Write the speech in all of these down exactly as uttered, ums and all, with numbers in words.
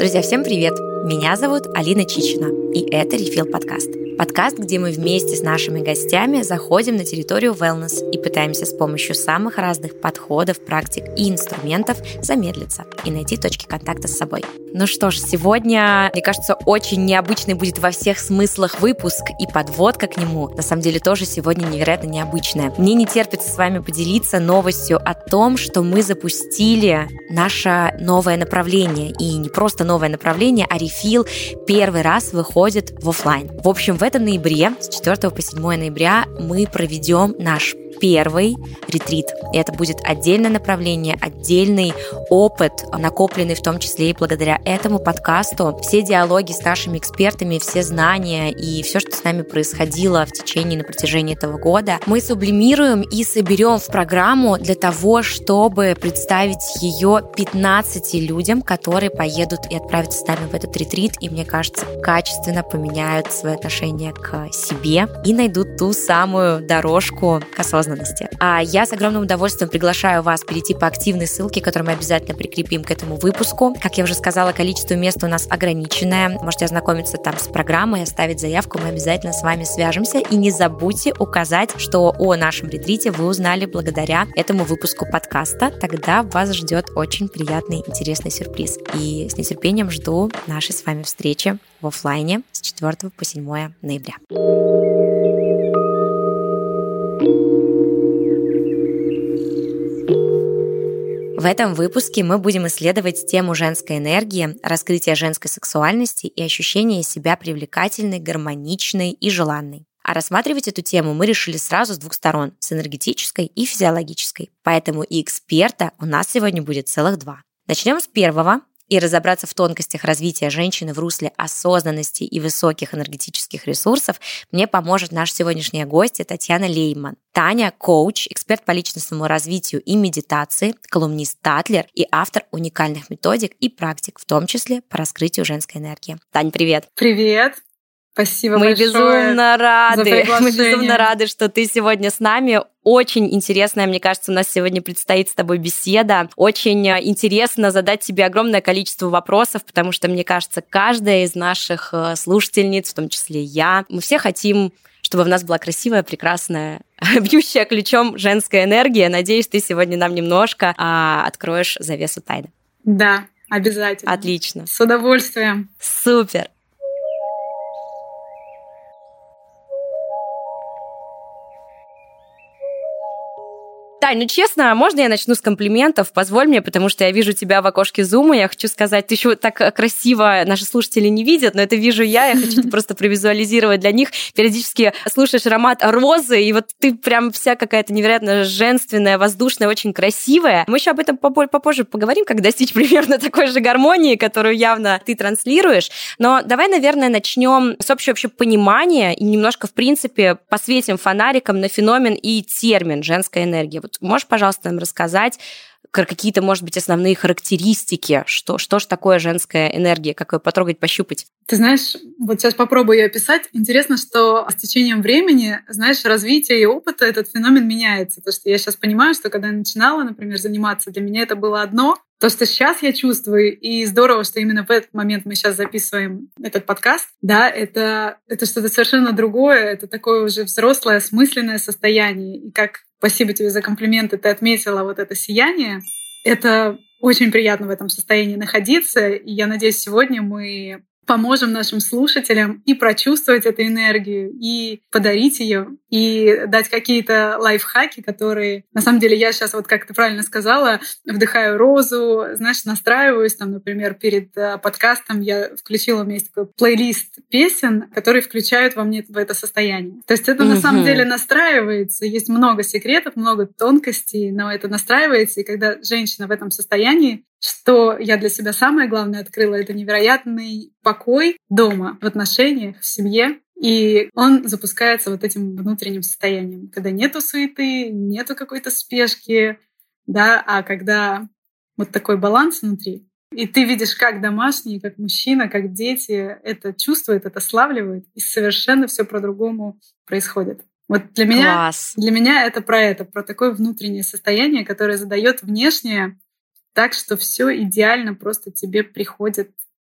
Друзья, всем привет! Меня зовут Алина Чичина, и это Refill подкаст. Подкаст, где мы вместе с нашими гостями заходим на территорию wellness и пытаемся с помощью самых разных подходов, практик и инструментов замедлиться и найти точки контакта с собой. Ну что ж, сегодня, мне кажется, очень необычный будет во всех смыслах выпуск, и подводка к нему, на самом деле, тоже сегодня невероятно необычная. Мне не терпится с вами поделиться новостью о том, что мы запустили наше новое направление. И не просто новое направление, а Refill первый раз выходит в офлайн. В общем, в этом ноябре, с четвёртого по седьмое ноября, мы проведем наш первый ретрит. И это будет отдельное направление, отдельный опыт, накопленный в том числе и благодаря этому подкасту. Все диалоги с нашими экспертами, все знания и все, что с нами происходило в течение, на протяжении этого года, мы сублимируем и соберем в программу для того, чтобы представить ее пятнадцати людям, которые поедут и отправятся с нами в этот ретрит, и, мне кажется, качественно поменяют свое отношение к себе и найдут ту самую дорожку к осознанности. А я с огромным удовольствием приглашаю вас перейти по активной ссылке, которую мы обязательно прикрепим к этому выпуску. Как я уже сказала, количество мест у нас ограниченное. Можете ознакомиться там с программой, оставить заявку, мы обязательно с вами свяжемся. И не забудьте указать, что о нашем ретрите вы узнали благодаря этому выпуску подкаста. Тогда вас ждет очень приятный, интересный сюрприз. И с нетерпением жду нашей с вами встречи в офлайне с четвёртого по седьмое ноября. В этом выпуске мы будем исследовать тему женской энергии, раскрытия женской сексуальности и ощущения себя привлекательной, гармоничной и желанной. А рассматривать эту тему мы решили сразу с двух сторон – с энергетической и физиологической. Поэтому и эксперта у нас сегодня будет целых два. Начнем с первого. И разобраться в тонкостях развития женщины в русле осознанности и высоких энергетических ресурсов мне поможет наш сегодняшняя гостья Татьяна Лейман. Таня – коуч, эксперт по личностному развитию и медитации, колумнист Татлер и автор уникальных методик и практик, в том числе по раскрытию женской энергии. Тань, привет! Привет! Спасибо Мы большое безумно рады, за приглашение. Мы безумно рады, что ты сегодня с нами. Очень интересная, мне кажется, у нас сегодня предстоит с тобой беседа. Очень интересно задать тебе огромное количество вопросов, потому что, мне кажется, каждая из наших слушательниц, в том числе я, мы все хотим, чтобы в нас была красивая, прекрасная, бьющая ключом женская энергия. Надеюсь, ты сегодня нам немножко а, откроешь завесу тайны. Да, обязательно. Отлично. С удовольствием. Супер. Тань, ну честно, можно я начну с комплиментов? Позволь мне, потому что я вижу тебя в окошке Зума. Я хочу сказать, ты еще так красиво, наши слушатели не видят, но это вижу я. Я хочу это просто провизуализировать для них. Периодически слушаешь аромат розы, и вот ты прям вся какая-то невероятно женственная, воздушная, очень красивая. Мы еще об этом попозже поговорим, как достичь примерно такой же гармонии, которую явно ты транслируешь. Но давай, наверное, начнем с общего вообще понимания и немножко, в принципе, посветим фонариком на феномен и термин женская энергия. Вот можешь, пожалуйста, нам рассказать какие-то, может быть, основные характеристики, что, что же такое женская энергия, как ее потрогать, пощупать? Ты знаешь, вот сейчас попробую ее описать. Интересно, что с течением времени, знаешь, развития и опыта этот феномен меняется. Потому что я сейчас понимаю, что когда я начинала, например, заниматься, для меня это было одно. То, что сейчас я чувствую, и здорово, что именно в этот момент мы сейчас записываем этот подкаст, да, это, это что-то совершенно другое, это такое уже взрослое, осмысленное состояние. И как, спасибо тебе за комплименты, ты отметила вот это сияние. Это очень приятно в этом состоянии находиться, и я надеюсь, сегодня мы поможем нашим слушателям и прочувствовать эту энергию, и подарить ее, и дать какие-то лайфхаки, которые, на самом деле, я сейчас, вот как ты правильно сказала, вдыхаю розу, знаешь, настраиваюсь, там, например, перед подкастом я включила, у меня есть такой плейлист песен, которые включают во мне в это состояние. То есть это mm-hmm. на самом деле настраивается, есть много секретов, много тонкостей, но это настраивается, и когда женщина в этом состоянии, что я для себя самое главное открыла, это невероятный покой дома, в отношениях, в семье. И он запускается вот этим внутренним состоянием, когда нету суеты, нету какой-то спешки, да, а когда вот такой баланс внутри. И ты видишь, как домашние, как мужчина, как дети это чувствуют, это славливают, и совершенно все по-другому происходит. Вот для меня, для меня это про это, про такое внутреннее состояние, которое задает внешнее так, что все идеально просто тебе приходит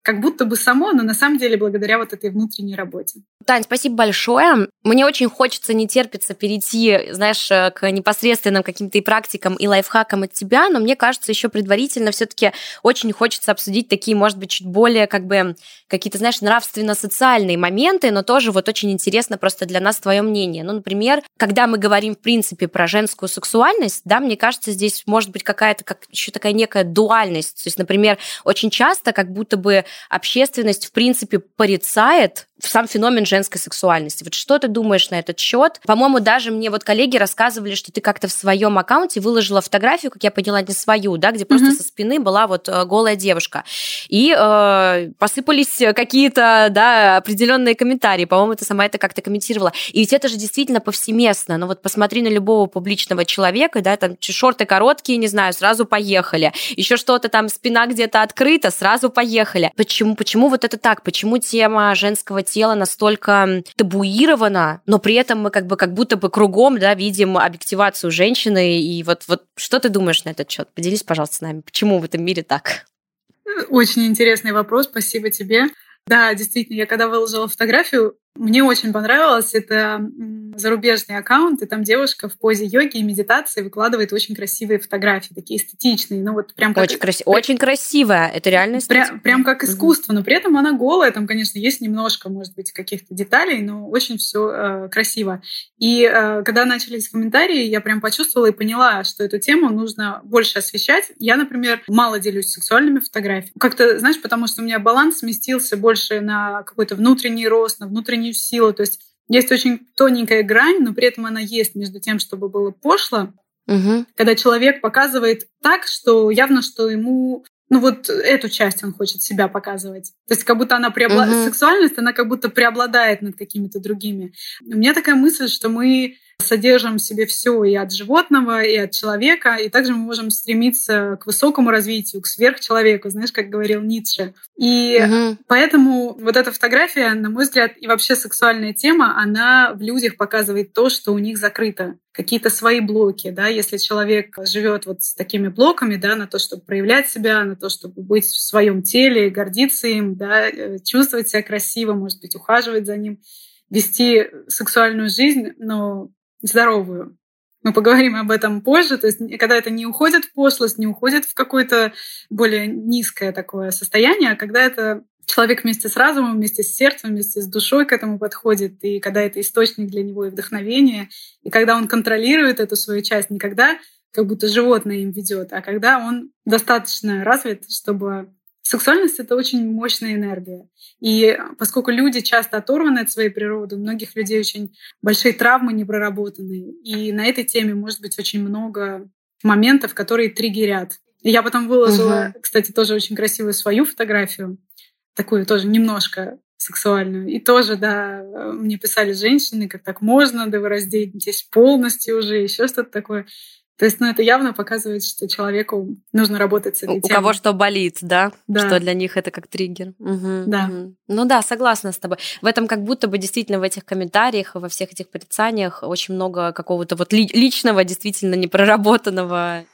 как будто бы само, но на самом деле благодаря вот этой внутренней работе. Тань, спасибо большое. Мне очень хочется, не терпится перейти, знаешь, к непосредственным каким-то и практикам, и лайфхакам от тебя, но мне кажется, еще предварительно все-таки очень хочется обсудить такие, может быть, чуть более как бы какие-то, знаешь, нравственно-социальные моменты, но тоже вот очень интересно просто для нас твое мнение. Ну, например, когда мы говорим, в принципе, про женскую сексуальность, да, мне кажется, здесь может быть какая-то как еще такая некая дуальность. То есть, например, очень часто как будто бы общественность, в принципе, порицает сам феномен женской сексуальности. Вот что ты думаешь на этот счет? По-моему, даже мне вот коллеги рассказывали, что ты как-то в своем аккаунте выложила фотографию, как я поняла, не свою, да, где просто mm-hmm. со спины была вот голая девушка. И э, посыпались какие-то, да, определенные комментарии. По-моему, ты сама это как-то комментировала. И ведь это же действительно повсеместно. Ну вот посмотри на любого публичного человека, да, там шорты короткие, не знаю, сразу поехали. Еще что-то там, спина где-то открыта, сразу поехали. Почему, почему вот это так? Почему тема женского тело настолько табуировано, но при этом мы как бы как будто бы кругом, да, видим объективацию женщины. И вот, вот что ты думаешь на этот счет? Поделись, пожалуйста, с нами. Почему в этом мире так? Очень интересный вопрос, спасибо тебе. Да, действительно, я когда выложила фотографию, мне очень понравилось. Это зарубежный аккаунт, и там девушка в позе йоги и медитации выкладывает очень красивые фотографии, такие эстетичные. Ну вот прям как... Очень, краси... очень красивая, это реально эстетика. Прям, прям как искусство, угу. Но при этом она голая, там, конечно, есть немножко, может быть, каких-то деталей, но очень все э, красиво. И э, когда начались комментарии, я прям почувствовала и поняла, что эту тему нужно больше освещать. Я, например, мало делюсь сексуальными фотографиями. Как-то, знаешь, потому что у меня баланс сместился больше на какой-то внутренний рост, на внутренний силу. То есть есть очень тоненькая грань, но при этом она есть между тем, чтобы было пошло, угу. Когда человек показывает так, что явно, что ему, ну вот эту часть он хочет себя показывать. То есть как будто она преобладает, угу. Сексуальность, она как будто преобладает над какими-то другими. У меня такая мысль, что мы содержим в себе все и от животного, и от человека, и также мы можем стремиться к высокому развитию, к сверхчеловеку, знаешь, как говорил Ницше. И угу. Поэтому вот эта фотография, на мой взгляд, и вообще сексуальная тема, она в людях показывает то, что у них закрыто, какие-то свои блоки, да, если человек живет вот с такими блоками, да, на то, чтобы проявлять себя, на то, чтобы быть в своем теле, гордиться им, да, чувствовать себя красиво, может быть, ухаживать за ним, вести сексуальную жизнь, но здоровую. Мы поговорим об этом позже. То есть когда это не уходит в пошлость, не уходит в какое-то более низкое такое состояние, а когда это человек вместе с разумом, вместе с сердцем, вместе с душой к этому подходит, и когда это источник для него и вдохновения, и когда он контролирует эту свою часть, не когда как будто животное им ведет, а когда он достаточно развит, чтобы... Сексуальность — это очень мощная энергия. И поскольку люди часто оторваны от своей природы, у многих людей очень большие травмы непроработанные. И на этой теме может быть очень много моментов, которые триггерят. И я потом выложила, угу. кстати, тоже очень красивую свою фотографию, такую тоже немножко сексуальную. И тоже, да, мне писали женщины, как так можно, да вы разденетесь полностью уже, еще что-то такое. То есть, ну, это явно показывает, что человеку нужно работать с этой У темой. кого что болит, да? Да. Что для них это как триггер. Угу, да. Угу. Ну да, согласна с тобой. В этом как будто бы действительно в этих комментариях, во всех этих порицаниях очень много какого-то вот ли- личного, действительно непроработанного.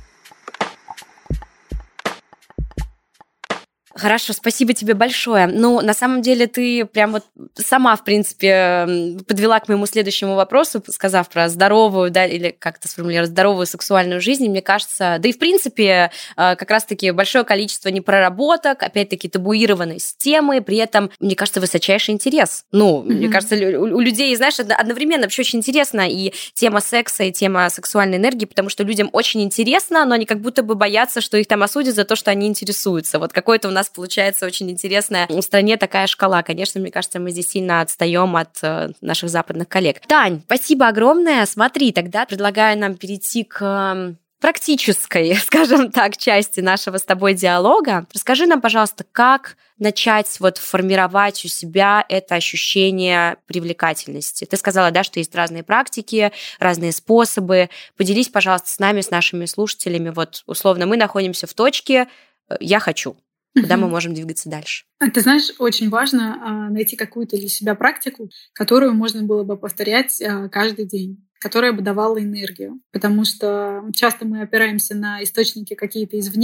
Хорошо, спасибо тебе большое. Ну, на самом деле, ты прям вот сама, в принципе, подвела к моему следующему вопросу, сказав про здоровую, да, или как это сформулировать, здоровую сексуальную жизнь. Мне кажется, да и, в принципе, как раз-таки большое количество непроработок, опять-таки, табуированной темы, при этом, мне кажется, высочайший интерес. Ну, mm-hmm. мне кажется, у людей, знаешь, одновременно вообще очень интересна и тема секса, и тема сексуальной энергии, потому что людям очень интересно, но они как будто бы боятся, что их там осудят за то, что они интересуются. Вот какой-то у нас получается очень интересная в стране такая шкала. Конечно, мне кажется, мы здесь сильно отстаем от э, наших западных коллег. Тань, спасибо огромное. Смотри, тогда предлагаю нам перейти к э, практической, скажем так, части нашего с тобой диалога. Расскажи нам, пожалуйста, как начать вот формировать у себя это ощущение привлекательности. Ты сказала, да, что есть разные практики, разные способы. Поделись, пожалуйста, с нами, с нашими слушателями. Вот, условно, мы находимся в точке «я хочу». Куда мы можем двигаться дальше? Ты знаешь, очень важно найти какую-то для себя практику, которую можно было бы повторять каждый день, которая бы давала энергию. Потому что часто мы опираемся на источники какие-то извне,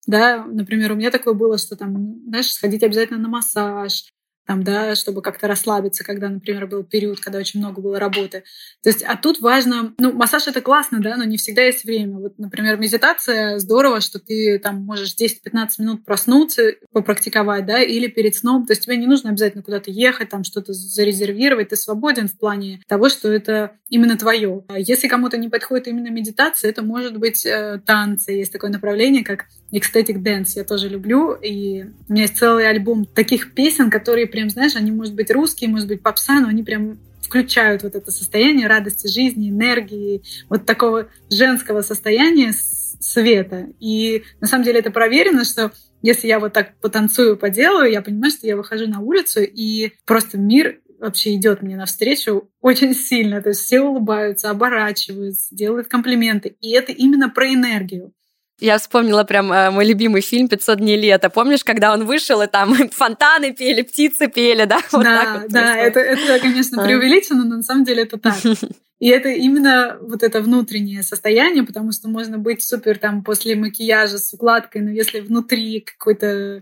Да, например, у меня такое было, что там, знаешь, сходить обязательно на массаж, там, да, чтобы как-то расслабиться, когда, например, был период, когда очень много было работы. То есть, а тут важно, ну, массаж — это классно, да, но не всегда есть время. Вот, например, медитация — здорово, что ты там можешь десять-пятнадцать минут проснуться, попрактиковать, да, или перед сном. То есть тебе не нужно обязательно куда-то ехать, там что-то зарезервировать, ты свободен в плане того, что это именно твое. Если кому-то не подходит именно медитация, это может быть э, танцы. Есть такое направление, как ecstatic dance. Я тоже люблю, и у меня есть целый альбом таких песен, которые прям, знаешь, они, может быть, русские, может быть, попса, но они прям включают вот это состояние радости жизни, энергии, вот такого женского состояния света. И на самом деле это проверено, что если я вот так потанцую, поделаю, я понимаю, что я выхожу на улицу, и просто мир вообще идет мне навстречу очень сильно. То есть все улыбаются, оборачиваются, делают комплименты. И это именно про энергию. Я вспомнила прям э, мой любимый фильм «пятьсот дней лета». Помнишь, когда он вышел, и там фонтаны пели, птицы пели, да? Вот да, так вот да, это, это, конечно, преувеличено, но на самом деле это так. И это именно вот это внутреннее состояние, потому что можно быть супер там после макияжа с укладкой, но если внутри какой-то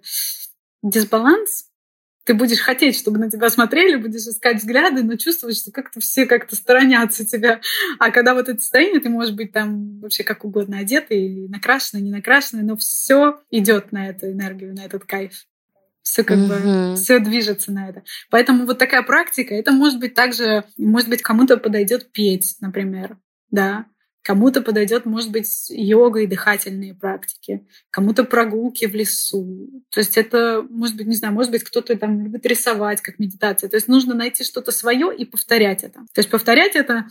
дисбаланс, ты будешь хотеть, чтобы на тебя смотрели, будешь искать взгляды, но чувствовать, что как-то все как-то сторонятся тебя. А когда вот это состояние, ты можешь быть там вообще как угодно одетый, накрашенный, не накрашенный, но все идет на эту энергию, на этот кайф. Все как mm-hmm. бы все движется на это. Поэтому вот такая практика, это может быть также, может быть, кому-то подойдет петь, например, да. Кому-то подойдет, может быть, йога и дыхательные практики, кому-то прогулки в лесу. То есть это, может быть, не знаю, может быть, кто-то там любит рисовать, как медитация. То есть нужно найти что-то свое и повторять это. То есть повторять это.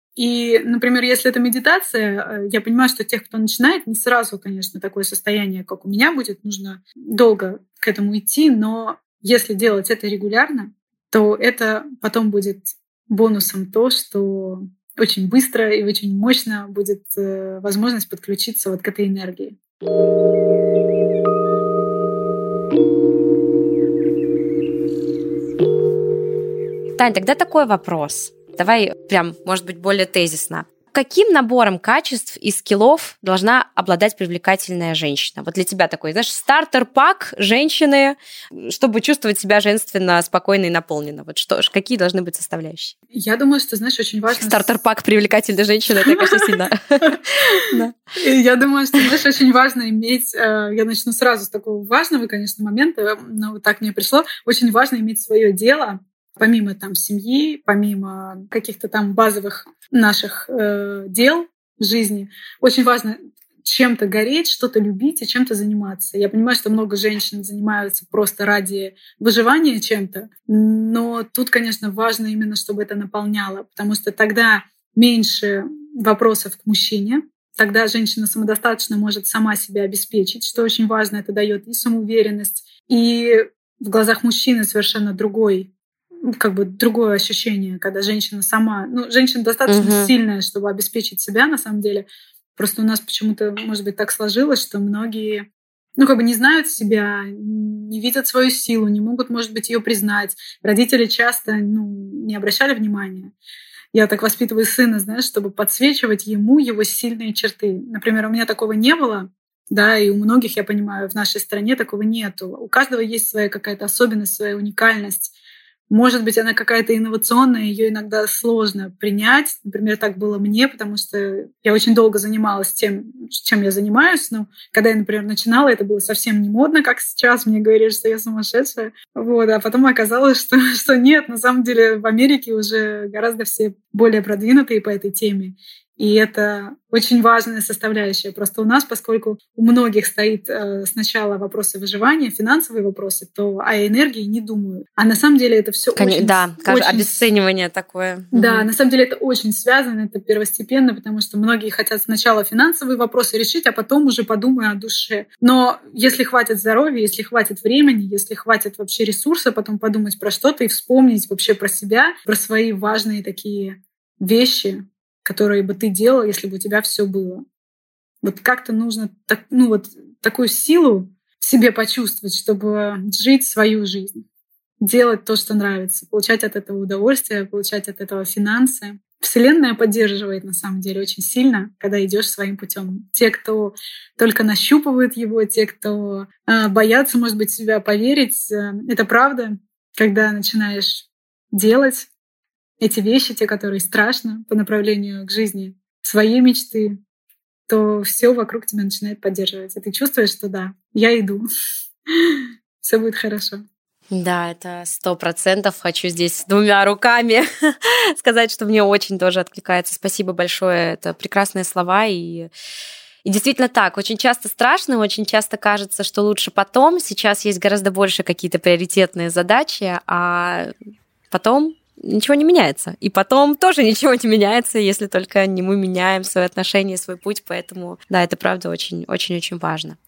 И, например, если это медитация, я понимаю, что тех, кто начинает, не сразу, конечно, такое состояние, как у меня будет, нужно долго к этому идти, но если делать это регулярно, то это потом будет бонусом то, что очень быстро и очень мощно будет э, возможность подключиться вот к этой энергии. Тань, тогда такой вопрос. Давай прям, может быть, более тезисно. Каким набором качеств и скиллов должна обладать привлекательная женщина? Вот для тебя такой, знаешь, стартер-пак женщины, чтобы чувствовать себя женственно, спокойно и наполненно. Вот что, какие должны быть составляющие? Я думаю, что, знаешь, очень важно... Стартер-пак привлекательной женщины, это, конечно, сильно. Я думаю, что, знаешь, очень важно иметь... Я начну сразу с такого важного, конечно, момента, но так мне пришло. Очень важно иметь свое дело, помимо там семьи, помимо каких-то там базовых наших э, дел в жизни, очень важно чем-то гореть, что-то любить и чем-то заниматься. Я понимаю, что много женщин занимаются просто ради выживания чем-то, но тут, конечно, важно именно, чтобы это наполняло, потому что тогда меньше вопросов к мужчине, тогда женщина самодостаточно может сама себя обеспечить, что очень важно, это дает и самоуверенность, и в глазах мужчины совершенно другой как бы другое ощущение, когда женщина сама... Ну, женщина достаточно uh-huh. сильная, чтобы обеспечить себя, на самом деле. Просто у нас почему-то, может быть, так сложилось, что многие, ну, как бы не знают себя, не видят свою силу, не могут, может быть, ее признать. Родители часто, ну, не обращали внимания. Я так воспитываю сына, знаешь, чтобы подсвечивать ему его сильные черты. Например, у меня такого не было, да, и у многих, я понимаю, в нашей стране такого нету. У каждого есть своя какая-то особенность, своя уникальность. Может быть, она какая-то инновационная, ее иногда сложно принять. Например, так было мне, потому что я очень долго занималась тем, чем я занимаюсь. Но когда я, например, начинала, это было совсем не модно, как сейчас. Мне говорили, что я сумасшедшая. Вот. А потом оказалось, что, что нет. На самом деле в Америке уже гораздо все более продвинутые по этой теме. И это очень важная составляющая. Просто у нас, поскольку у многих стоит э, сначала вопросы выживания, финансовые вопросы, то о энергии не думают. А на самом деле это все очень... Да, очень... обесценивание такое. Да, угу. на самом деле это очень связано, это первостепенно, потому что многие хотят сначала финансовые вопросы решить, а потом уже подумают о душе. Но если хватит здоровья, если хватит времени, если хватит вообще ресурса, потом подумать про что-то и вспомнить вообще про себя, про свои важные такие вещи, которые бы ты делал, если бы у тебя все было. Вот как-то нужно так, ну, вот такую силу в себе почувствовать, чтобы жить свою жизнь, делать то, что нравится, получать от этого удовольствие, получать от этого финансы. Вселенная поддерживает на самом деле очень сильно, когда идешь своим путем. Те, кто только нащупывают его, те, кто э, боятся, может быть, в себя поверить, э, это правда, когда начинаешь делать эти вещи, те, которые страшно по направлению к жизни, своей мечты, то все вокруг тебя начинает поддерживать. И ты чувствуешь, что да, я иду, все будет хорошо. Да, это сто процентов. Хочу здесь двумя руками сказать, что мне очень тоже откликается. Спасибо большое. Это прекрасные слова. И, и действительно так. Очень часто страшно, очень часто кажется, что лучше потом. Сейчас есть гораздо больше какие-то приоритетные задачи, а потом ничего не меняется. И потом тоже ничего не меняется, если только не мы меняем свои отношения, свой путь. Поэтому, да, это правда очень-очень-очень важно.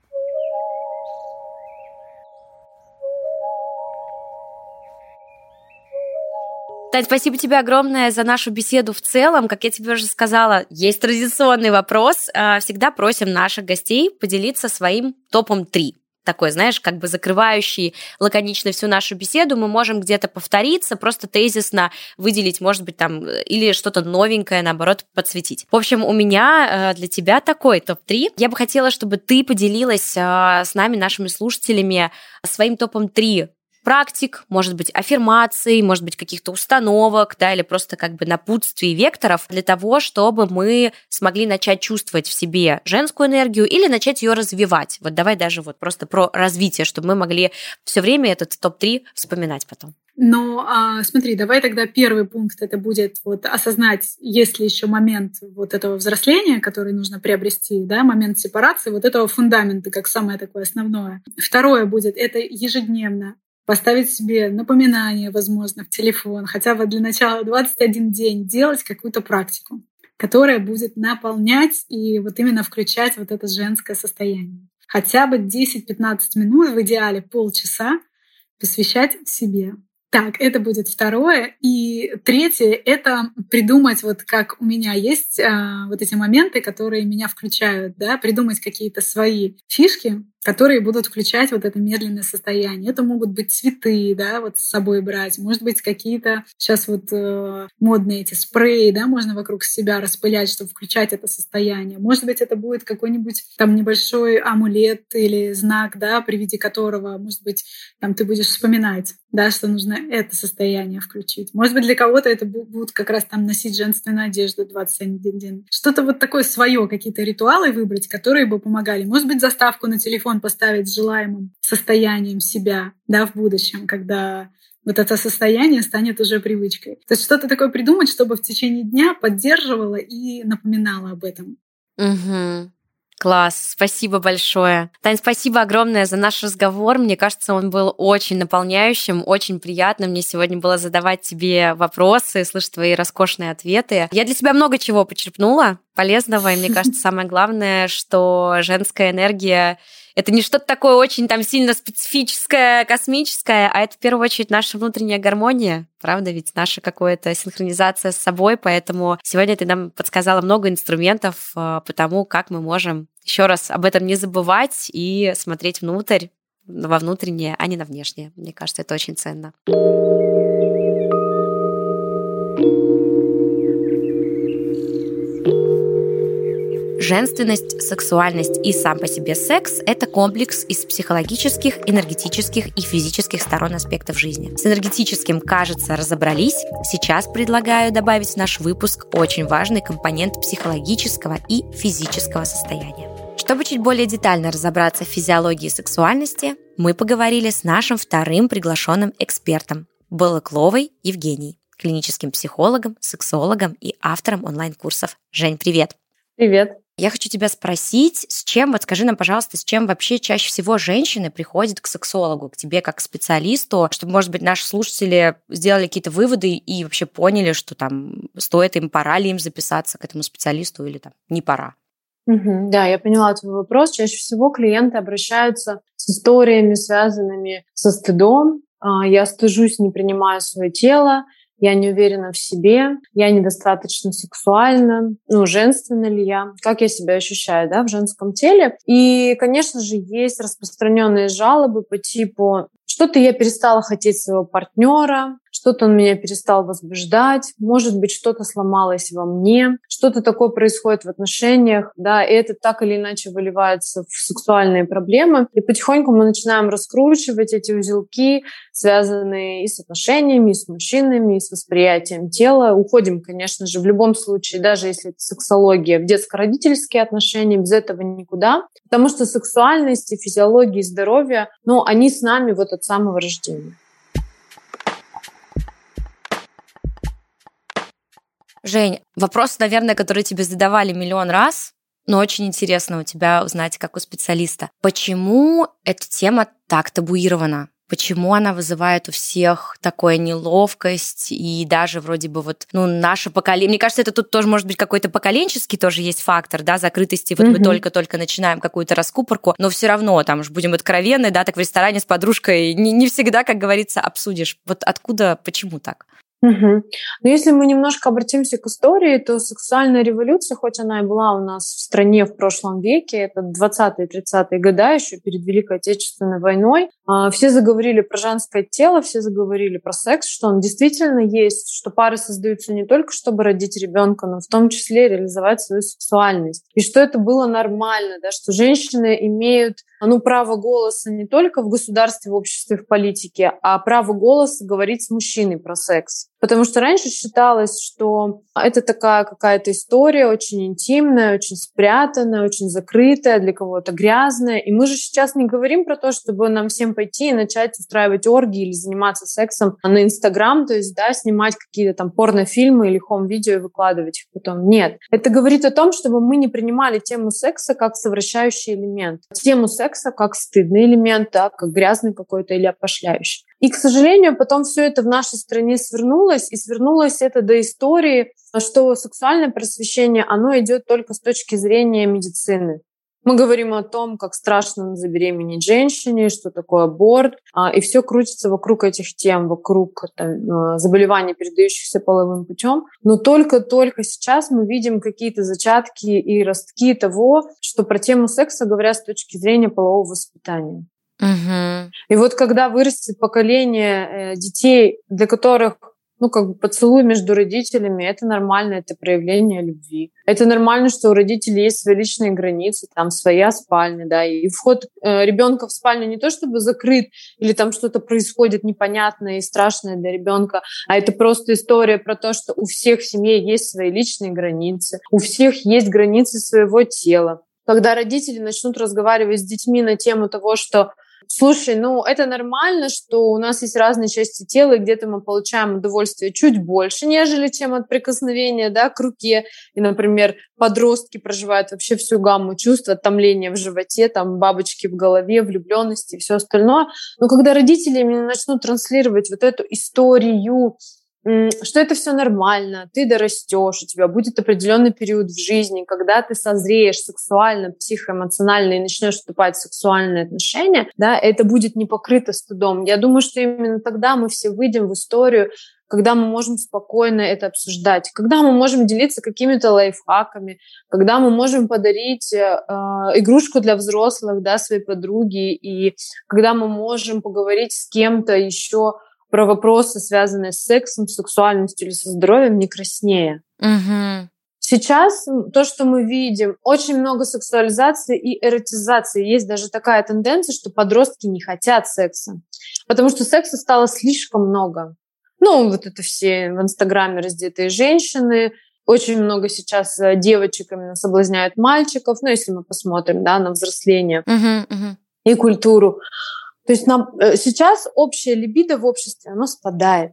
Тань, спасибо тебе огромное за нашу беседу в целом. Как я тебе уже сказала, есть традиционный вопрос. Всегда просим наших гостей поделиться своим топом три. Такой, знаешь, как бы закрывающий лаконично всю нашу беседу. Мы можем где-то повториться, просто тезисно выделить, может быть, там, или что-то новенькое, наоборот, подсветить. В общем, у меня для тебя такой топ три. Я бы хотела, чтобы ты поделилась с нами, нашими слушателями, своим топом три практик, может быть, аффирмаций, может быть, каких-то установок, да, или просто как бы напутствий, векторов для того, чтобы мы смогли начать чувствовать в себе женскую энергию или начать ее развивать. Вот давай даже вот просто про развитие, чтобы мы могли все время этот топ три вспоминать потом. Но а, смотри, давай тогда первый пункт это будет вот осознать, есть ли еще момент вот этого взросления, который нужно приобрести, да, момент сепарации, вот этого фундамента как самое такое основное. Второе будет это ежедневно поставить себе напоминание, возможно, в телефон, хотя бы для начала двадцать один день делать какую-то практику, которая будет наполнять и вот именно включать вот это женское состояние. Хотя бы десять-пятнадцать минут, в идеале полчаса, посвящать себе. Так, это будет второе. И третье — это придумать, вот как у меня есть а, вот эти моменты, которые меня включают, да, придумать какие-то свои фишки, которые будут включать вот это медленное состояние. Это могут быть цветы, да, вот с собой брать. Может быть, какие-то сейчас вот э, модные эти спреи, да, можно вокруг себя распылять, чтобы включать это состояние. Может быть, это будет какой-нибудь там небольшой амулет или знак, да, при виде которого, может быть, там ты будешь вспоминать, да, что нужно это состояние включить. Может быть, для кого-то это будут как раз там носить женственную одежду двадцать один день. Что-то вот такое свое, какие-то ритуалы выбрать, которые бы помогали. Может быть, заставку на телефон поставить с желаемым состоянием себя, да, в будущем, когда вот это состояние станет уже привычкой. То есть что-то такое придумать, чтобы в течение дня поддерживало и напоминало об этом. Угу. Класс, спасибо большое. Тань, спасибо огромное за наш разговор. Мне кажется, он был очень наполняющим, очень приятным. Мне сегодня было задавать тебе вопросы, слышать твои роскошные ответы. Я для себя много чего почерпнула полезного, и мне кажется, самое главное, что женская энергия — это не что-то такое очень там сильно специфическое, космическое, а это в первую очередь наша внутренняя гармония, правда? Ведь наша какая-то синхронизация с собой, поэтому сегодня ты нам подсказала много инструментов по тому, как мы можем еще раз об этом не забывать и смотреть внутрь, во внутреннее, а не на внешнее. Мне кажется, это очень ценно. Женственность, сексуальность и сам по себе секс – это комплекс из психологических, энергетических и физических сторон аспектов жизни. С энергетическим, кажется, разобрались. Сейчас предлагаю добавить в наш выпуск очень важный компонент психологического и физического состояния. Чтобы чуть более детально разобраться в физиологии сексуальности, мы поговорили с нашим вторым приглашенным экспертом – Балакловой Евгенией, клиническим психологом, сексологом и автором онлайн-курсов. Жень, привет! Привет! Я хочу тебя спросить, с чем, вот скажи нам, пожалуйста, с чем вообще чаще всего женщины приходят к сексологу, к тебе как к специалисту, чтобы, может быть, наши слушатели сделали какие-то выводы и вообще поняли, что там стоит им, пора ли им записаться к этому специалисту или там не пора? Угу, да, я поняла твой вопрос. Чаще всего клиенты обращаются с историями, связанными со стыдом. Я стыжусь, не принимаю свое тело, я не уверена в себе, я недостаточно сексуальна, ну, женственна ли я, как я себя ощущаю, да, в женском теле. И, конечно же, есть распространенные жалобы по типу: что-то я перестала хотеть своего партнера, что-то он меня перестал возбуждать, может быть, что-то сломалось во мне, что-то такое происходит в отношениях, да, и это так или иначе выливается в сексуальные проблемы. И потихоньку мы начинаем раскручивать эти узелки, связанные и с отношениями, и с мужчинами, и с восприятием тела. Уходим, конечно же, в любом случае, даже если это сексология, в детско-родительские отношения, без этого никуда. Потому что сексуальность и физиология, и здоровье, ну, они с нами вот от самого рождения. Жень, вопрос, наверное, который тебе задавали миллион раз, но очень интересно у тебя узнать, как у специалиста. Почему эта тема так табуирована? Почему она вызывает у всех такую неловкость и даже вроде бы вот, ну, наше поколение... Мне кажется, это тут тоже может быть какой-то поколенческий тоже есть фактор, да, закрытости. Вот mm-hmm. мы только-только начинаем какую-то раскупорку, но все равно, там уж будем откровенны, да, так в ресторане с подружкой не, не всегда, как говорится, обсудишь. Вот откуда, почему так? Угу. Но если мы немножко обратимся к истории, то сексуальная революция, хоть она и была у нас в стране в прошлом веке, это двадцатые-тридцатые годы, еще перед Великой Отечественной войной, все заговорили про женское тело, все заговорили про секс, что он действительно есть, что пары создаются не только, чтобы родить ребенка, но в том числе реализовать свою сексуальность. И что это было нормально, да, что женщины имеют ну, право голоса не только в государстве, в обществе, в политике, а право голоса говорить с мужчиной про секс. Потому что раньше считалось, что это такая какая-то история очень интимная, очень спрятанная, очень закрытая, для кого-то грязная. И мы же сейчас не говорим про то, чтобы нам всем пойти и начать устраивать оргии или заниматься сексом на Инстаграм, то есть, да, снимать какие-то там порнофильмы или хом-видео и выкладывать их потом. Нет. Это говорит о том, чтобы мы не принимали тему секса как совращающий элемент, тему секса как стыдный элемент, да, как грязный какой-то или опошляющий. И, к сожалению, потом все это в нашей стране свернулось, и свернулось это до истории, что сексуальное просвещение, оно идет только с точки зрения медицины. Мы говорим о том, как страшно забеременеть женщине, что такое аборт, и все крутится вокруг этих тем, вокруг там, заболеваний, передающихся половым путем. Но только-только сейчас мы видим какие-то зачатки и ростки того, что про тему секса говорят с точки зрения полового воспитания. Угу. И вот когда вырастет поколение детей, для которых ну, как бы поцелуй между родителями — это нормально, это проявление любви. Это нормально, что у родителей есть свои личные границы, там своя спальня, да, и вход э, ребенка в спальню не то чтобы закрыт или там что-то происходит непонятное и страшное для ребенка, а это просто история про то, что у всех в семье есть свои личные границы, у всех есть границы своего тела. Когда родители начнут разговаривать с детьми на тему того, что слушай, ну это нормально, что у нас есть разные части тела, и где-то мы получаем удовольствие чуть больше, нежели чем от прикосновения, да, к руке. И, например, подростки проживают вообще всю гамму чувств, от томления в животе, там, бабочки в голове, влюбленности и все остальное. Но когда родители именно начнут транслировать вот эту историю, что это все нормально, ты дорастешь, у тебя будет определенный период в жизни, когда ты созреешь сексуально, психоэмоционально и начнешь вступать в сексуальные отношения, да, это будет не покрыто стыдом. Я думаю, что именно тогда мы все выйдем в историю, когда мы можем спокойно это обсуждать, когда мы можем делиться какими-то лайфхаками, когда мы можем подарить э, игрушку для взрослых, да, своей подруге, и когда мы можем поговорить с кем-то еще про вопросы, связанные с сексом, с сексуальностью или со здоровьем, не краснее. Угу. Сейчас то, что мы видим, очень много сексуализации и эротизации. Есть даже такая тенденция, что подростки не хотят секса, потому что секса стало слишком много. Ну, вот это все в Инстаграме раздетые женщины, очень много сейчас девочек именно соблазняют мальчиков, ну, если мы посмотрим, да, на взросление угу, угу. и культуру. То есть нам, сейчас общее либидо в обществе, оно спадает.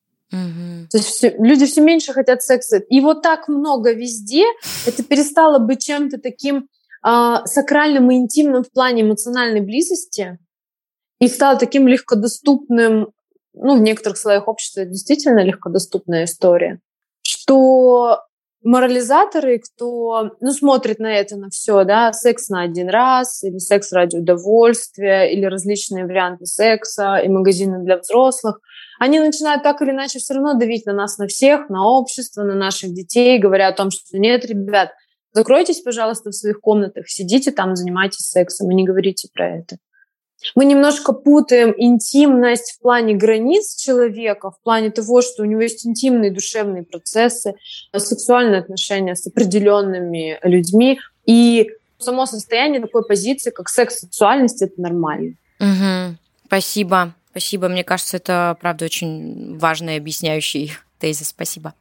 Угу. То есть все, люди все меньше хотят секса. И вот так много везде, это перестало быть чем-то таким э, сакральным и интимным в плане эмоциональной близости и стало таким легкодоступным, ну, в некоторых слоях общества это действительно легкодоступная история, что морализаторы, кто ну, смотрит на это, на все, да, секс на один раз, или секс ради удовольствия, или различные варианты секса, и магазины для взрослых, они начинают так или иначе все равно давить на нас, на всех, на общество, на наших детей, говоря о том, что нет, ребят, закройтесь, пожалуйста, в своих комнатах, сидите там, занимайтесь сексом и не говорите про это. Мы немножко путаем интимность в плане границ человека, в плане того, что у него есть интимные душевные процессы, сексуальные отношения с определенными людьми. И само состояние такой позиции, как секс-сексуальность, это нормально. Угу. Спасибо. Спасибо. Мне кажется, это, правда, очень важный объясняющий тезис. Спасибо.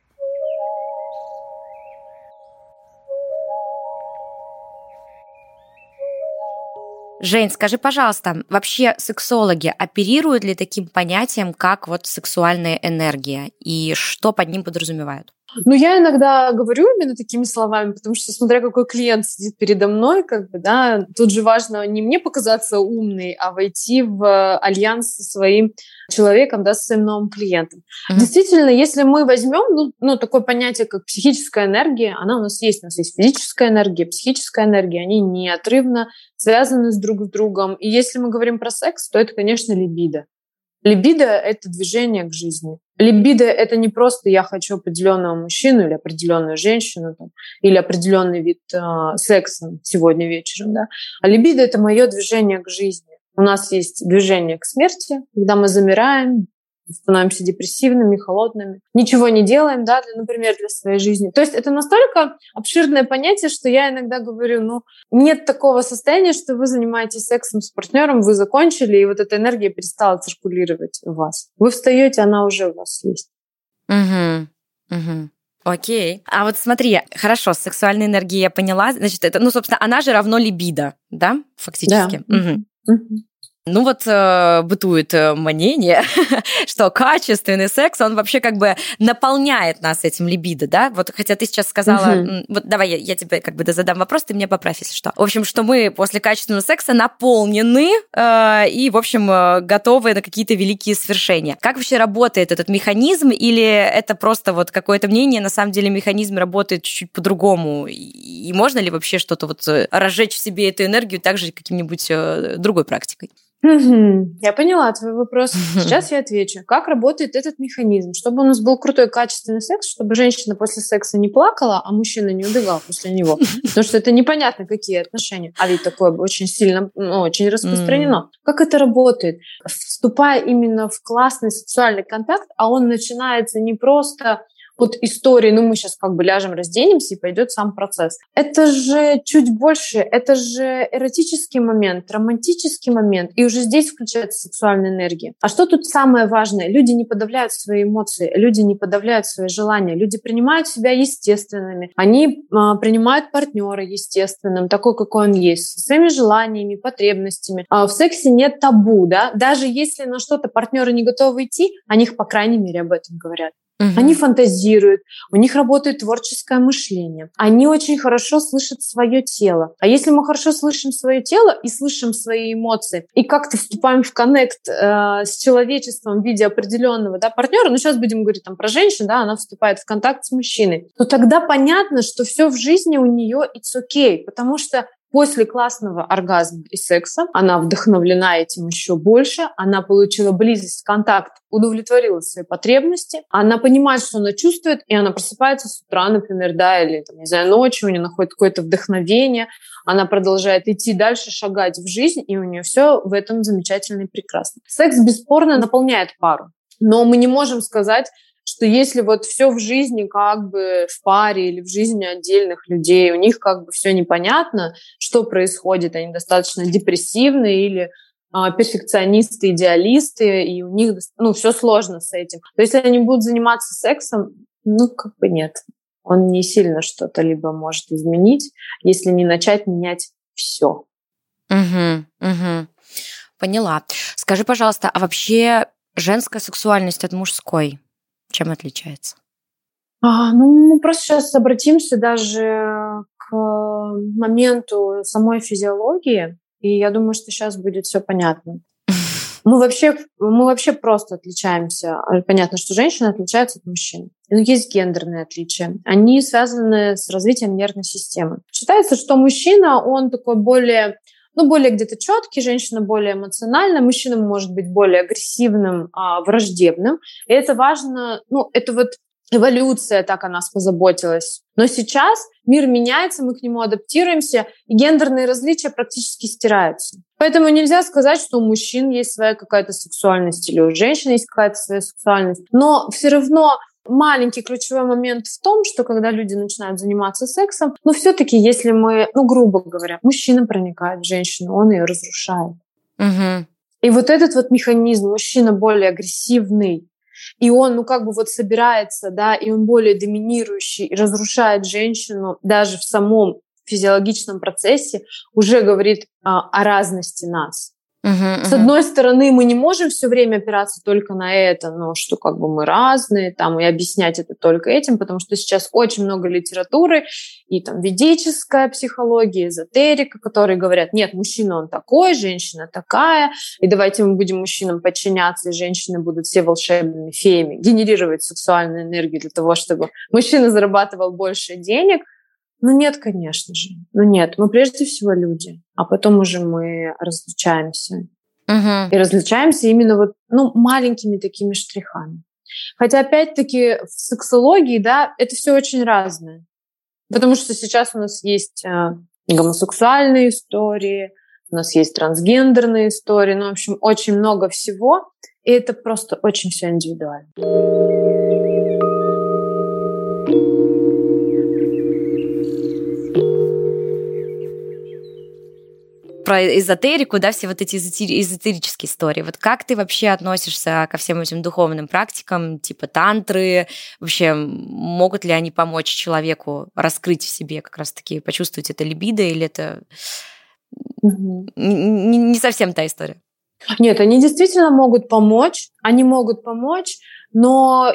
Жень, скажи, пожалуйста, вообще сексологи оперируют ли таким понятием, как вот сексуальная энергия, и что под ним подразумевают? Ну, я иногда говорю именно такими словами, потому что, смотря какой клиент сидит передо мной, как бы, да, тут же важно не мне показаться умной, а войти в альянс со своим человеком, да, со своим новым клиентом. Mm-hmm. Действительно, если мы возьмем, ну, ну, такое понятие, как психическая энергия, она у нас есть, у нас есть физическая энергия, психическая энергия, они неотрывно связаны с друг с другом. И если мы говорим про секс, то это, конечно, либидо. Либидо — это движение к жизни. Либидо — это не просто я хочу определенного мужчину или определенную женщину, там, или определенный вид э, секса сегодня вечером, да. А либидо — это мое движение к жизни. У нас есть движение к смерти, когда мы замираем, становимся депрессивными, холодными, ничего не делаем, да, для, например, для своей жизни. То есть это настолько обширное понятие, что я иногда говорю, ну, нет такого состояния, что вы занимаетесь сексом с партнером, вы закончили, и вот эта энергия перестала циркулировать у вас. Вы встаете, она уже у вас есть. Угу, угу. Окей. А вот смотри, хорошо, с сексуальной энергией я поняла. Значит, это, ну, собственно, она же равно либидо, да, фактически? Да. Угу. Угу. Ну вот э, бытует мнение, что качественный секс, он вообще как бы наполняет нас этим либидо, да? Вот хотя ты сейчас сказала, uh-huh. вот давай я, я тебе как бы задам вопрос, ты меня поправь, если что. В общем, что мы после качественного секса наполнены э, и, в общем, э, готовы на какие-то великие свершения. Как вообще работает этот механизм, или это просто вот какое-то мнение, на самом деле механизм работает чуть-чуть по-другому? И, и можно ли вообще что-то вот разжечь в себе эту энергию также каким-нибудь э, другой практикой? Угу. Я поняла твой вопрос. Сейчас я отвечу. Как работает этот механизм? Чтобы у нас был крутой, качественный секс, чтобы женщина после секса не плакала, а мужчина не убегал после него. Потому что это непонятно, какие отношения. А ведь такое очень сильно, ну, очень распространено. Mm. Как это работает? Вступая именно в классный сексуальный контакт, а он начинается не просто от истории, ну мы сейчас как бы ляжем, разденемся, и пойдет сам процесс. Это же чуть больше, это же эротический момент, романтический момент, и уже здесь включается сексуальная энергия. А что тут самое важное? Люди не подавляют свои эмоции, люди не подавляют свои желания, люди принимают себя естественными, они а, принимают партнера естественным, такой, какой он есть, со своими желаниями, потребностями. А в сексе нет табу, да? Даже если на что-то партнеры не готовы идти, они, по крайней мере, об этом говорят. Угу. Они фантазируют, у них работает творческое мышление. Они очень хорошо слышат свое тело. А если мы хорошо слышим свое тело и слышим свои эмоции, и как-то вступаем в коннект э, с человечеством в виде определенного, да, партнера, ну сейчас будем говорить там про женщину, да, она вступает в контакт с мужчиной, то тогда понятно, что все в жизни у нее it's okay, потому что после классного оргазма и секса она вдохновлена этим еще больше, она получила близость, контакт, удовлетворила свои потребности, она понимает, что она чувствует, и она просыпается с утра, например, да, или, там, не знаю, ночью, у нее находит какое-то вдохновение, она продолжает идти дальше, шагать в жизнь, и у нее все в этом замечательно и прекрасно. Секс бесспорно наполняет пару, но мы не можем сказать, что если вот все в жизни как бы в паре или в жизни отдельных людей, у них как бы все непонятно, что происходит, они достаточно депрессивные или а, перфекционисты, идеалисты, и у них ну, все сложно с этим. То есть если они будут заниматься сексом, ну как бы нет, он не сильно что-то либо может изменить, если не начать менять все. Угу, угу. Поняла. Скажи, пожалуйста, а вообще женская сексуальность от мужской чем отличается? А, ну, мы просто сейчас обратимся даже к моменту самой физиологии, и я думаю, что сейчас будет все понятно. Мы вообще, мы вообще просто отличаемся. Понятно, что женщины отличаются от мужчин. Но есть гендерные отличия. Они связаны с развитием нервной системы. Считается, что мужчина, он такой более... Ну, более где-то четкий, женщина более эмоциональная, мужчина может быть более агрессивным, а, враждебным. И это важно, ну, это вот эволюция так о нас позаботилась. Но сейчас мир меняется, мы к нему адаптируемся, и гендерные различия практически стираются. Поэтому нельзя сказать, что у мужчин есть своя какая-то сексуальность или у женщин есть какая-то своя сексуальность. Но все равно маленький ключевой момент в том, что когда люди начинают заниматься сексом, но все-таки, если мы, ну, грубо говоря, мужчина проникает в женщину, он ее разрушает. Угу. И вот этот вот механизм, мужчина более агрессивный, и он, ну, как бы вот собирается, да, и он более доминирующий, и разрушает женщину даже в самом физиологичном процессе, уже говорит а, о разности нас. Uh-huh, uh-huh. С одной стороны, мы не можем все время опираться только на это, но что как бы мы разные, там, и объяснять это только этим, потому что сейчас очень много литературы, и там ведическая психология, эзотерика, которые говорят, нет, мужчина он такой, женщина такая, и давайте мы будем мужчинам подчиняться, и женщины будут все волшебными феями, генерировать сексуальную энергию для того, чтобы мужчина зарабатывал больше денег. Ну нет, конечно же. Ну нет, мы прежде всего люди, а потом уже мы различаемся. Uh-huh. И различаемся именно вот, ну, маленькими такими штрихами. Хотя, опять-таки, в сексологии, да, это все очень разное. Потому что сейчас у нас есть э, гомосексуальные истории, у нас есть трансгендерные истории, ну, в общем, очень много всего, и это просто очень все индивидуально. Про эзотерику, да, все вот эти эзотери- эзотерические истории. Вот как ты вообще относишься ко всем этим духовным практикам, типа тантры? Вообще, могут ли они помочь человеку раскрыть в себе как раз-таки, почувствовать это либидо, или это Угу. не, не совсем та история? Нет, они действительно могут помочь, они могут помочь, но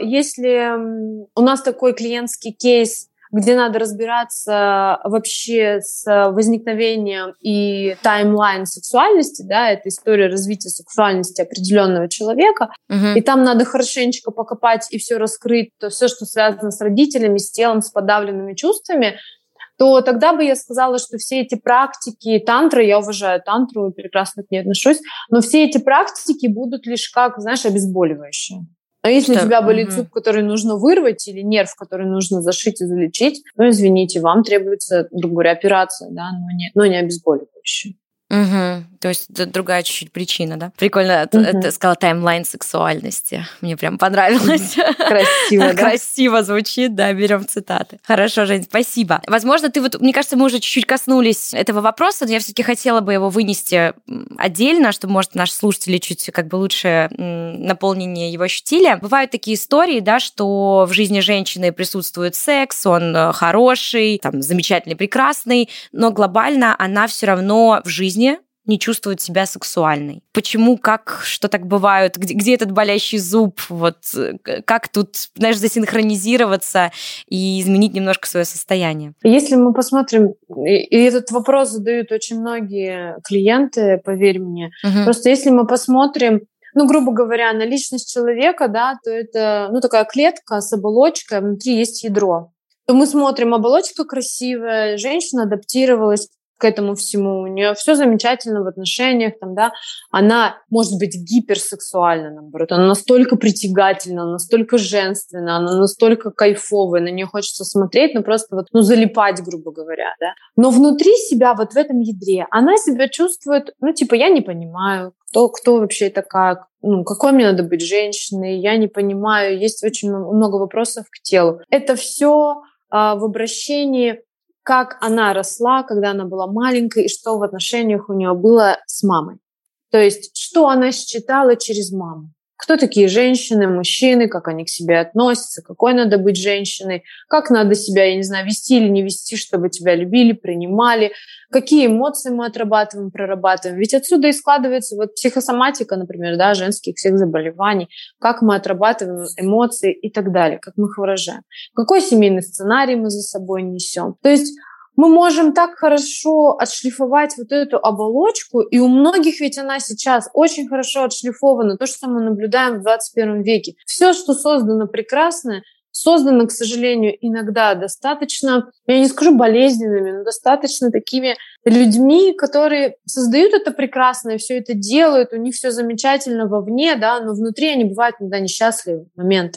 если у нас такой клиентский кейс, где надо разбираться вообще с возникновением и таймлайн сексуальности, да, это история развития сексуальности определенного человека, Угу. и там надо хорошенечко покопать и все раскрыть, то все, что связано с родителями, с телом, с подавленными чувствами, то тогда бы я сказала, что все эти практики тантры, я уважаю тантру, прекрасно к ней отношусь, но все эти практики будут лишь как, знаешь, обезболивающие. А если Что? у тебя болит Мгм. зуб, который нужно вырвать, или нерв, который нужно зашить и залечить, ну, извините, вам требуется, грубо говоря, операция, да, но не, но не обезболивающая. Угу. То есть это другая чуть-чуть причина, да? Прикольно, Мгм. ты ты сказала таймлайн сексуальности. Мне прям понравилось. Красиво, да? Красиво звучит, да, берем цитаты. Хорошо, Жень, спасибо. Возможно, ты вот, мне кажется, мы уже чуть-чуть коснулись этого вопроса, но я все-таки хотела бы его вынести м, отдельно, чтобы, может, наши слушатели чуть как бы лучше м, наполнение его ощутили. Бывают такие истории, да, что в жизни женщины присутствует секс, он э, хороший, там, замечательный, прекрасный, но глобально она все равно в жизни не чувствует себя сексуальной. Почему, как, что так бывает? Где, где этот болящий зуб? Вот э, как тут, знаешь, засинхронизироваться и изменить немножко свое состояние? Если мы посмотрим, и и этот вопрос задают очень многие клиенты, поверь мне, Мгм. просто если мы посмотрим, ну, грубо говоря, на личность человека, да, то это, ну, такая клетка с оболочкой, а внутри есть ядро. То мы смотрим, оболочка красивая, женщина адаптировалась к этому всему, у нее все замечательно в отношениях, там, да, она может быть гиперсексуальна, наоборот, она настолько притягательна, она настолько женственна, она настолько кайфовая, на нее хочется смотреть, ну просто вот, ну залипать, грубо говоря, да. Но внутри себя, вот в этом ядре, она себя чувствует, ну типа я не понимаю, кто, кто вообще такая, ну какой мне надо быть женщиной, я не понимаю, есть очень много вопросов к телу. Это все а, в обращении, как она росла, когда она была маленькой, и что в отношениях у нее было с мамой. То есть, что она считала через маму. Кто такие женщины, мужчины, как они к себе относятся, какой надо быть женщиной, как надо себя, я не знаю, вести или не вести, чтобы тебя любили, принимали, какие эмоции мы отрабатываем, прорабатываем. Ведь отсюда и складывается вот психосоматика, например, да, женских всех заболеваний, как мы отрабатываем эмоции и так далее, как мы их выражаем. Какой семейный сценарий мы за собой несем. То есть мы можем так хорошо отшлифовать вот эту оболочку, и у многих ведь она сейчас очень хорошо отшлифована, то, что мы наблюдаем в двадцать первом веке. Все, что создано прекрасное, создано, к сожалению, иногда достаточно, я не скажу болезненными, но достаточно такими людьми, которые создают это прекрасное, все это делают, у них все замечательно вовне, да, но внутри они бывают иногда несчастливы моментами.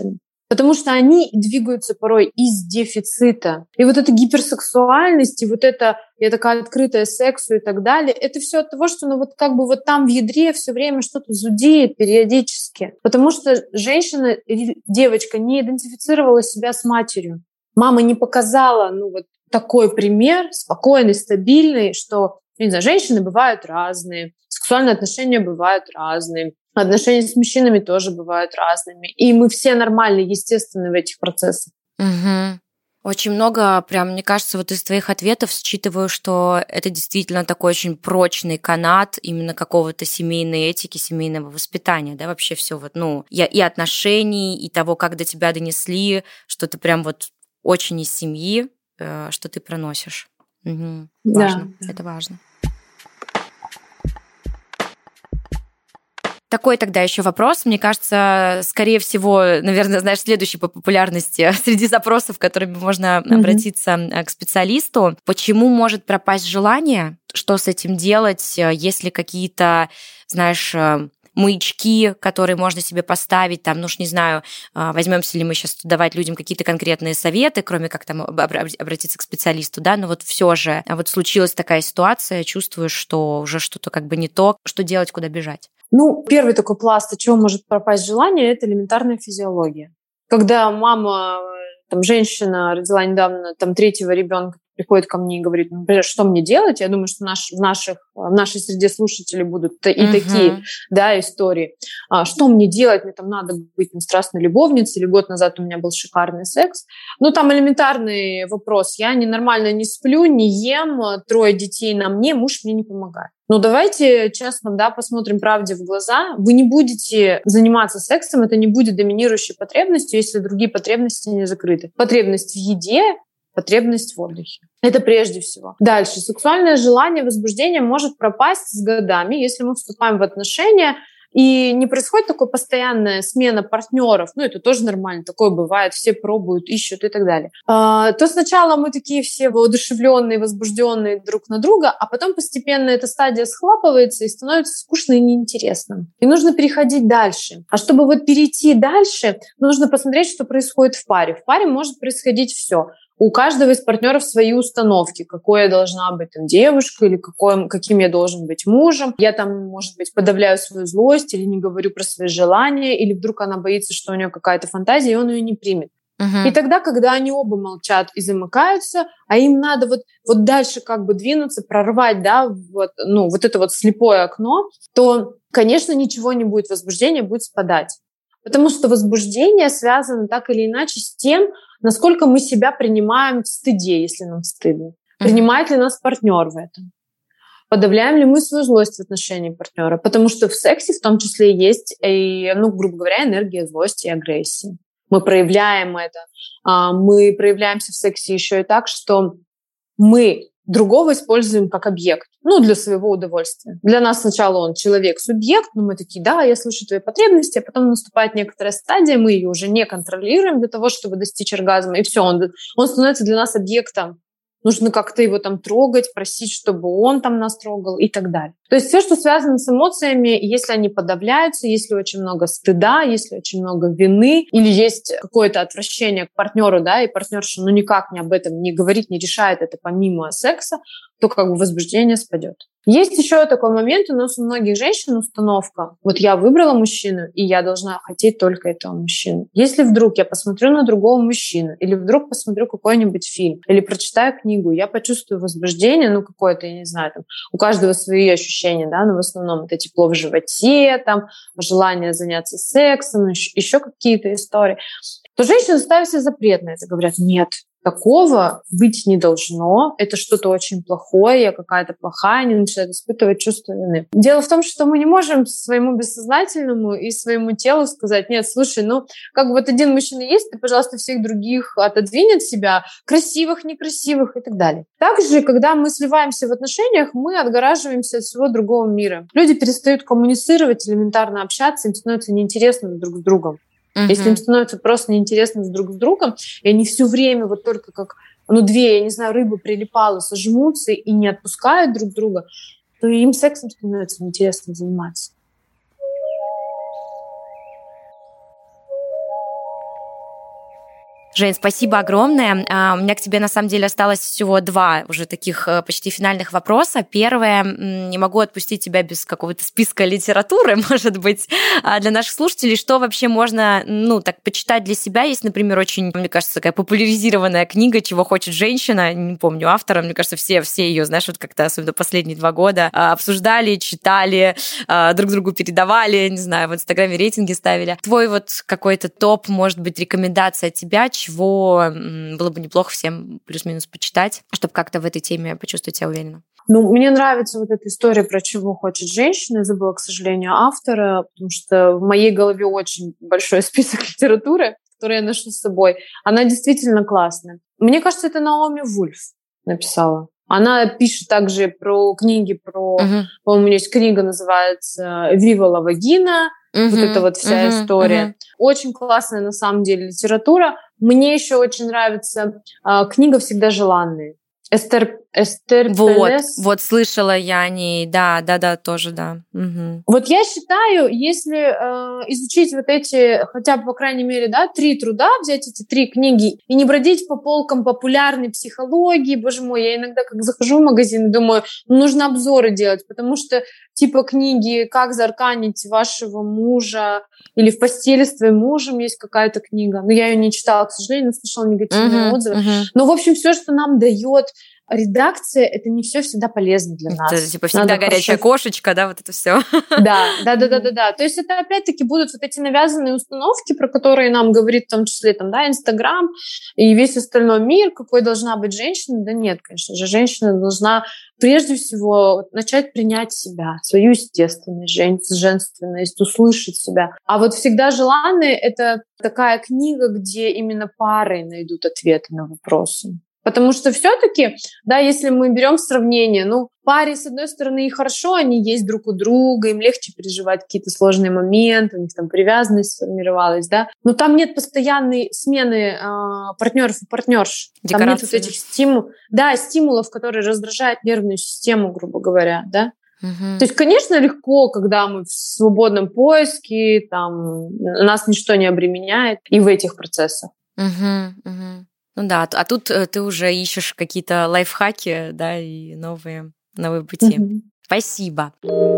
Потому что они двигаются порой из дефицита. И вот эта гиперсексуальность, и вот это я такая открытая сексу и так далее, это все от того, что ну вот как бы вот там в ядре все время что-то зудеет периодически. Потому что женщина, девочка не идентифицировала себя с матерью. Мама не показала ну вот такой пример, спокойный, стабильный, что не знаю, женщины бывают разные, сексуальные отношения бывают разные. Отношения с мужчинами тоже бывают разными. И мы все нормальные, естественные в этих процессах. Угу. Очень много, прям, мне кажется, вот из твоих ответов считываю, что это действительно такой очень прочный канат именно какого-то семейной этики, семейного воспитания, да, вообще все вот, ну, и, и отношений, и того, как до тебя донесли, что ты прям вот очень из семьи, э, что ты проносишь. Угу. Важно, да, это важно. Такой тогда еще вопрос. Мне кажется, скорее всего, наверное, знаешь, следующий по популярности среди запросов, которыми можно mm-hmm. обратиться к специалисту. Почему может пропасть желание? Что с этим делать? Есть ли какие-то, знаешь, маячки, которые можно себе поставить, там, ну уж не знаю, возьмемся ли мы сейчас давать людям какие-то конкретные советы, кроме как там обратиться к специалисту, да, но вот все же вот случилась такая ситуация, чувствуешь, что уже что-то как бы не то, что делать, куда бежать? Ну, первый такой пласт, от чего может пропасть желание, это элементарная физиология. Когда мама, там, женщина родила недавно там, третьего ребенка, приходит ко мне и говорит, например, что мне делать? Я думаю, что наш, в, наших, в нашей среде слушателей будут и uh-huh. такие да, истории. А, что мне делать? Мне там надо быть страстной любовницей, или год назад у меня был шикарный секс. Ну, там элементарный вопрос. Я ненормально не сплю, не ем, трое детей на мне, муж мне не помогает. Ну, давайте честно, да, посмотрим правде в глаза. Вы не будете заниматься сексом, это не будет доминирующей потребностью, если другие потребности не закрыты. Потребность в еде, потребность в отдыхе. Это прежде всего. Дальше. Сексуальное желание, возбуждение может пропасть с годами, если мы вступаем в отношения, и не происходит такой постоянная смена партнеров, ну это тоже нормально, такое бывает, все пробуют, ищут и так далее. А, то сначала мы такие все воодушевленные, возбужденные друг на друга, а потом постепенно эта стадия схлапывается и становится скучно и неинтересным. И нужно переходить дальше. А чтобы вот перейти дальше, нужно посмотреть, что происходит в паре. В паре может происходить все. У каждого из партнеров свои установки, какой я должна быть там, девушкой или какой, каким я должен быть мужем. Я там, может быть, подавляю свою злость или не говорю про свои желания, или вдруг она боится, что у нее какая-то фантазия, и он ее не примет. Uh-huh. И тогда, когда они оба молчат и замыкаются, а им надо вот, вот дальше как бы двинуться, прорвать, да, вот, ну, вот это вот слепое окно, то, конечно, ничего не будет, возбуждение будет спадать. Потому что возбуждение связано так или иначе с тем, насколько мы себя принимаем в стыде, если нам стыдно. Mm-hmm. Принимает ли нас партнер в этом? Подавляем ли мы свою злость в отношении партнера? Потому что в сексе в том числе есть, и, ну, грубо говоря, энергия злости и агрессии. Мы проявляем это. Мы проявляемся в сексе еще и так, что мы другого используем как объект, ну, для своего удовольствия. Для нас сначала он человек-субъект, но мы такие, да, я слышу твои потребности, а потом наступает некоторая стадия, мы ее уже не контролируем для того, чтобы достичь оргазма, и все, он, он становится для нас объектом. Нужно как-то его там трогать, просить, чтобы он там нас трогал и так далее. То есть все, что связано с эмоциями, если они подавляются, если очень много стыда, если очень много вины, или есть какое-то отвращение к партнеру, да, и партнерша ну никак не об этом не говорит, не решает это помимо секса, то как бы возбуждение спадет. Есть еще такой момент, у нас у многих женщин установка, вот я выбрала мужчину, и я должна хотеть только этого мужчину. Если вдруг я посмотрю на другого мужчину, или вдруг посмотрю какой-нибудь фильм, или прочитаю книгу, я почувствую возбуждение, ну какое-то, я не знаю, там, у каждого свои ощущения, да, но в основном это тепло в животе, там, желание заняться сексом, еще, еще какие-то истории, то женщины ставят себе запрет на это, говорят, нет, такого быть не должно, это что-то очень плохое, я какая-то плохая, они начинают испытывать чувство вины. Дело в том, что мы не можем своему бессознательному и своему телу сказать, нет, слушай, ну, как бы вот один мужчина есть, ты, пожалуйста, всех других отодвинь от себя, красивых, некрасивых и так далее. Также, когда мы сливаемся в отношениях, мы отгораживаемся от всего другого мира. Люди перестают коммуницировать, элементарно общаться, им становится неинтересно друг с другом. Uh-huh. Если им становится просто неинтересно друг с другом, и они все время вот только как, ну, две, я не знаю, рыбы прилипалы, сожмутся и не отпускают друг друга, то им сексом становится неинтересно заниматься. Жень, спасибо огромное. У меня к тебе, на самом деле, осталось всего два уже таких почти финальных вопроса. Первое, не могу отпустить тебя без какого-то списка литературы, может быть, для наших слушателей. Что вообще можно, ну, так, почитать для себя? Есть, например, очень, мне кажется, такая популяризированная книга «Чего хочет женщина». Не помню автора, мне кажется, все, все ее, знаешь, вот как-то, особенно последние два года, обсуждали, читали, друг другу передавали, не знаю, в Инстаграме рейтинги ставили. Твой вот какой-то топ, может быть, рекомендация от тебя, чего было бы неплохо всем плюс-минус почитать, чтобы как-то в этой теме почувствовать себя уверенно? Ну, мне нравится вот эта история про «Чего хочет женщина». Я забыла, к сожалению, автора, потому что в моей голове очень большой список литературы, который я ношу с собой. Она действительно классная. Мне кажется, это Наоми Вульф написала. Она пишет также про книги, про... Uh-huh. По-моему, у нее есть книга, называется «Вива ла вагина». Uh-huh. Вот эта вот вся uh-huh. история. Uh-huh. Очень классная, на самом деле, литература. Мне еще очень нравится э, книга «Всегда желанные». Эстер, Эстер вот, Пелес. Вот, слышала я о ней, да, да, да, тоже, да. Угу. Вот я считаю, если э, изучить вот эти, хотя бы, по крайней мере, да, три труда, взять эти три книги и не бродить по полкам популярной психологии, боже мой, я иногда как захожу в магазин и думаю, ну, нужно обзоры делать, потому что типа книги «Как заарканить вашего мужа» или «В постели с твоим мужем» есть какая-то книга, но я ее не читала, к сожалению, но слышала негативные uh-huh, отзывы. Uh-huh. Но, в общем, все, что нам дает редакция, это не все всегда полезно для нас. Это типа всегда Надо горячая хорошо... кошечка, да, вот это все. Да, да, да, да, да, да. То есть это опять-таки будут вот эти навязанные установки, про которые нам говорит в том числе там, да, Инстаграм и весь остальной мир, какой должна быть женщина. Да нет, конечно же, женщина должна прежде всего начать принять себя, свою естественность, женственность, услышать себя. А вот «Всегда желанные» — это такая книга, где именно пары найдут ответы на вопросы. Потому что все-таки, да, если мы берем сравнение, ну, паре, с одной стороны, и хорошо, они есть друг у друга, им легче переживать какие-то сложные моменты, у них там привязанность сформировалась, да, но там нет постоянной смены э, партнеров и партнерш. Там нет вот этих стимулов, да, стимулов, которые раздражают нервную систему, грубо говоря, да. Uh-huh. То есть, конечно, легко, когда мы в свободном поиске, там, нас ничто не обременяет и в этих процессах. Uh-huh, uh-huh. Ну да, а тут ты уже ищешь какие-то лайфхаки, да, и новые, новые пути. Mm-hmm. Спасибо.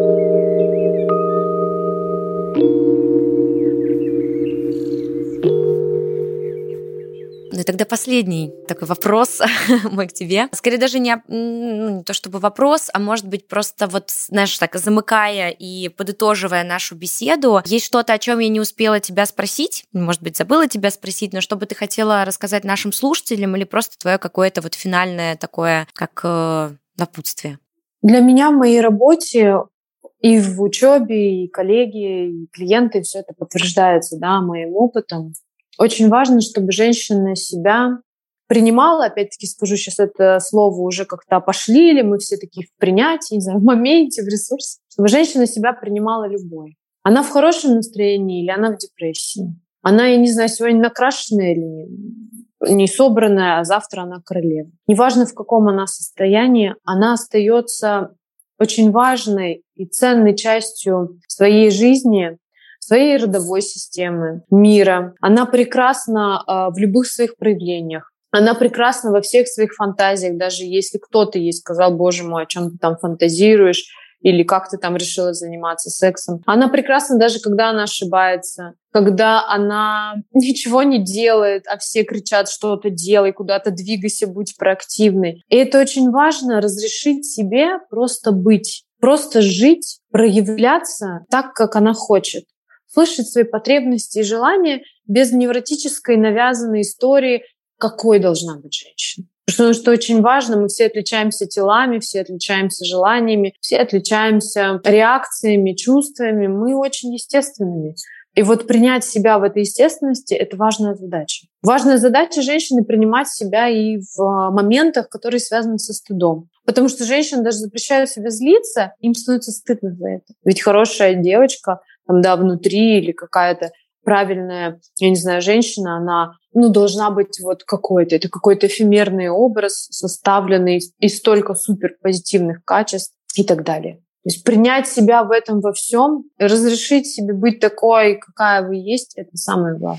Ну и тогда последний такой вопрос мой к тебе. Скорее даже не, ну, не то чтобы вопрос, а может быть просто вот, знаешь, так замыкая и подытоживая нашу беседу, есть что-то, о чем я не успела тебя спросить, может быть, забыла тебя спросить, но что бы ты хотела рассказать нашим слушателям или просто твое какое-то вот финальное такое, как э, напутствие? Для меня в моей работе и в учебе, и коллеги, и клиенты, все это подтверждается, да, моим опытом. Очень важно, чтобы женщина себя принимала, опять-таки скажу сейчас это слово уже как-то пошлили, мы все такие в принятии, не знаю, в моменте, в ресурсе, чтобы женщина себя принимала любой. Она в хорошем настроении или она в депрессии. Она, я не знаю, сегодня накрашенная или не, не собранная, а завтра она королева. Неважно, в каком она состоянии, она остается очень важной и ценной частью своей жизни, своей родовой системы, мира. Она прекрасна э, в любых своих проявлениях. Она прекрасна во всех своих фантазиях, даже если кто-то ей сказал, боже мой, о чем ты там фантазируешь, или как ты там решила заниматься сексом. Она прекрасна даже, когда она ошибается, когда она ничего не делает, а все кричат, что-то делай, куда-то двигайся, будь проактивной. И это очень важно, разрешить себе просто быть, просто жить, проявляться так, как она хочет. Слышать свои потребности и желания без невротической навязанной истории, какой должна быть женщина. Потому что очень важно, мы все отличаемся телами, все отличаемся желаниями, все отличаемся реакциями, чувствами. Мы очень естественными. И вот принять себя в этой естественности — это важная задача. Важная задача женщины — принимать себя и в моментах, которые связаны со стыдом. Потому что женщины даже запрещают себе злиться, им становится стыдно за это. Ведь хорошая девочка, там, да, внутри или какая-то правильная, я не знаю, женщина, она, ну, должна быть вот какой-то, это какой-то эфемерный образ, составленный из столько суперпозитивных качеств и так далее. То есть принять себя в этом во всем, разрешить себе быть такой, какая вы есть, это самое главное.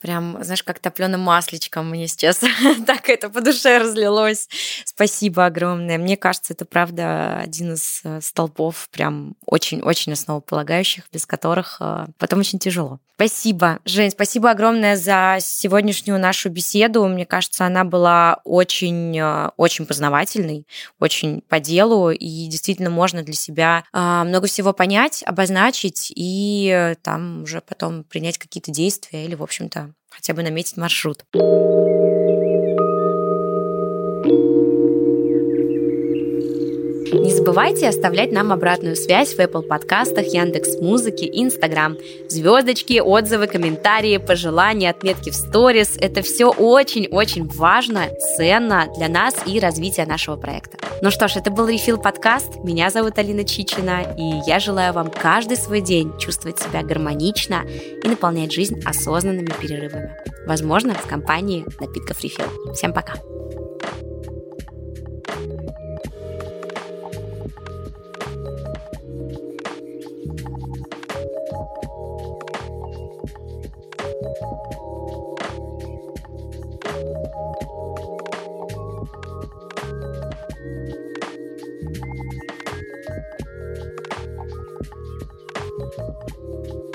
Прям, знаешь, как топленым масличком мне сейчас так это по душе разлилось. Спасибо огромное. Мне кажется, это правда один из столпов прям очень-очень основополагающих, без которых потом очень тяжело. Спасибо, Жень, спасибо огромное за сегодняшнюю нашу беседу. Мне кажется, она была очень-очень познавательной, очень по делу, и действительно можно для себя много всего понять, обозначить и там уже потом принять какие-то действия или, в общем-то, хотя бы наметить маршрут. Не забывайте оставлять нам обратную связь в Apple подкастах, Яндекс.Музыке, Instagram. Звездочки, отзывы, комментарии, пожелания, отметки в сторис – это все очень-очень важно, ценно для нас и развития нашего проекта. Ну что ж, это был Refill подкаст. Меня зовут Алина Чичина, и я желаю вам каждый свой день чувствовать себя гармонично и наполнять жизнь осознанными перерывами. Возможно, в компании напитков Refill. Всем пока! Thank you.